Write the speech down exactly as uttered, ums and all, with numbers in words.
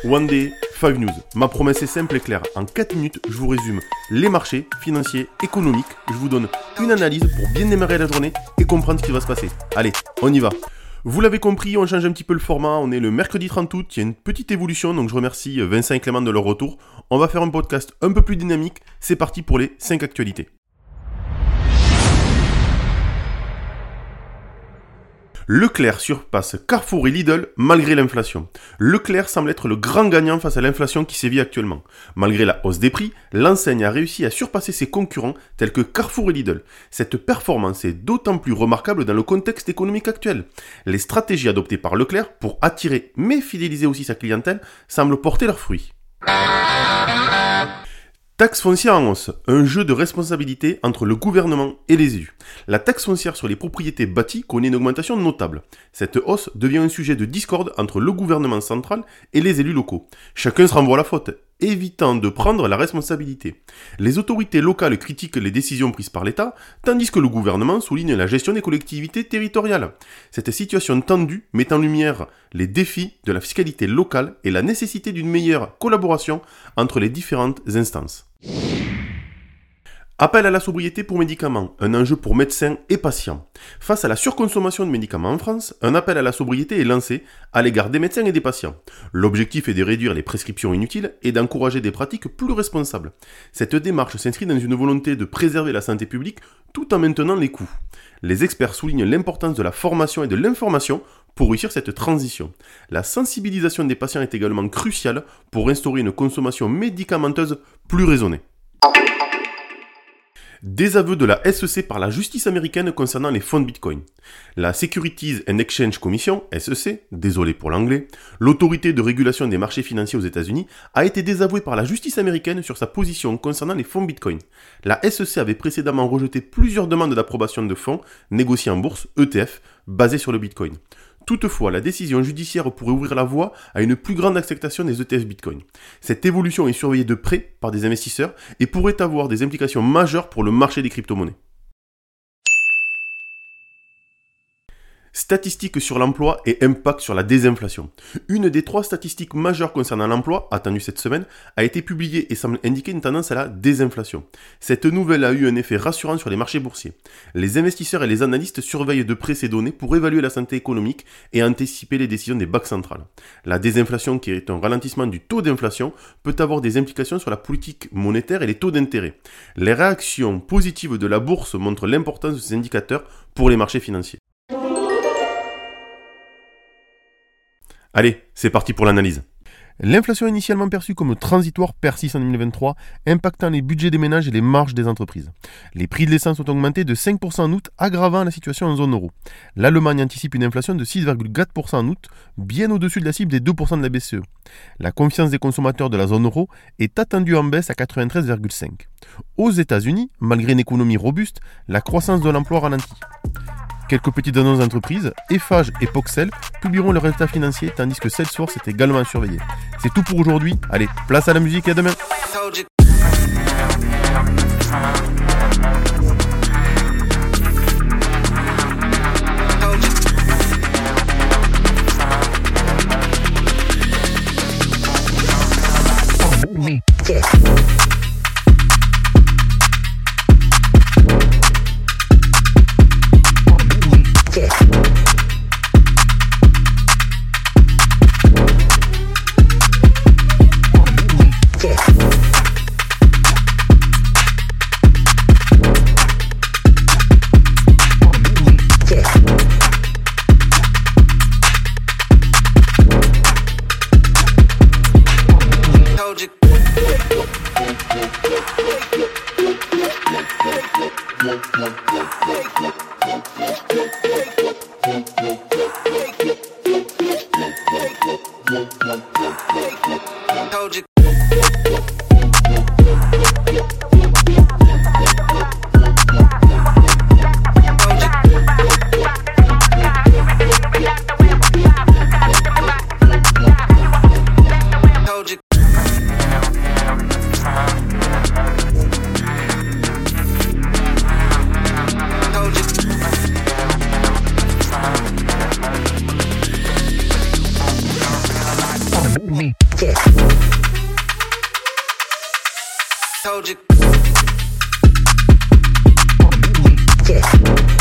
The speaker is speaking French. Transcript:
One Day, Five News. Ma promesse est simple et claire. En quatre minutes, je vous résume les marchés financiers, économiques. Je vous donne une analyse pour bien démarrer la journée et comprendre ce qui va se passer. Allez, on y va. Vous l'avez compris, on change un petit peu le format. On est le mercredi trente août. Il y a une petite évolution, donc je remercie Vincent et Clément de leur retour. On va faire un podcast un peu plus dynamique. C'est parti pour les cinq actualités. Leclerc surpasse Carrefour et Lidl malgré l'inflation. Leclerc semble être le grand gagnant face à l'inflation qui sévit actuellement. Malgré la hausse des prix, l'enseigne a réussi à surpasser ses concurrents tels que Carrefour et Lidl. Cette performance est d'autant plus remarquable dans le contexte économique actuel. Les stratégies adoptées par Leclerc pour attirer mais fidéliser aussi sa clientèle semblent porter leurs fruits. Taxe foncière en hausse, un jeu de responsabilité entre le gouvernement et les élus. La taxe foncière sur les propriétés bâties connaît une augmentation notable. Cette hausse devient un sujet de discorde entre le gouvernement central et les élus locaux. Chacun se renvoie la faute, évitant de prendre la responsabilité. Les autorités locales critiquent les décisions prises par l'État, tandis que le gouvernement souligne la gestion des collectivités territoriales. Cette situation tendue met en lumière les défis de la fiscalité locale et la nécessité d'une meilleure collaboration entre les différentes instances. Appel à la sobriété pour médicaments, un enjeu pour médecins et patients. Face à la surconsommation de médicaments en France, un appel à la sobriété est lancé à l'égard des médecins et des patients. L'objectif est de réduire les prescriptions inutiles et d'encourager des pratiques plus responsables. Cette démarche s'inscrit dans une volonté de préserver la santé publique tout en maintenant les coûts. Les experts soulignent l'importance de la formation et de l'information pour réussir cette transition. La sensibilisation des patients est également cruciale pour instaurer une consommation médicamenteuse plus raisonnée. Désaveu de la S E C par la justice américaine concernant les fonds de Bitcoin. La Securities and Exchange Commission, S E C, désolé pour l'anglais, l'autorité de régulation des marchés financiers aux États-Unis, a été désavouée par la justice américaine sur sa position concernant les fonds Bitcoin. La S E C avait précédemment rejeté plusieurs demandes d'approbation de fonds négociés en bourse, E T F, basés sur le Bitcoin. Toutefois, la décision judiciaire pourrait ouvrir la voie à une plus grande acceptation des E T F Bitcoin. Cette évolution est surveillée de près par des investisseurs et pourrait avoir des implications majeures pour le marché des crypto-monnaies. Statistiques sur l'emploi et impact sur la désinflation. Une des trois statistiques majeures concernant l'emploi, attendue cette semaine, a été publiée et semble indiquer une tendance à la désinflation. Cette nouvelle a eu un effet rassurant sur les marchés boursiers. Les investisseurs et les analystes surveillent de près ces données pour évaluer la santé économique et anticiper les décisions des banques centrales. La désinflation, qui est un ralentissement du taux d'inflation, peut avoir des implications sur la politique monétaire et les taux d'intérêt. Les réactions positives de la bourse montrent l'importance de ces indicateurs pour les marchés financiers. Allez, c'est parti pour l'analyse. L'inflation initialement perçue comme transitoire persiste en deux mille vingt-trois, impactant les budgets des ménages et les marges des entreprises. Les prix de l'essence ont augmenté de cinq pour cent en août, aggravant la situation en zone euro. L'Allemagne anticipe une inflation de six virgule quatre pour cent en août, bien au-dessus de la cible des deux pour cent de la B C E. La confiance des consommateurs de la zone euro est attendue en baisse à quatre-vingt-treize virgule cinq. Aux États-Unis, malgré une économie robuste, la croissance de l'emploi ralentit. Quelques petites annonces d'entreprises, Eiffage et Poxel publieront leurs résultats financiers tandis que Salesforce est également surveillé. C'est tout pour aujourd'hui, allez, place à la musique et à demain. me. Told you.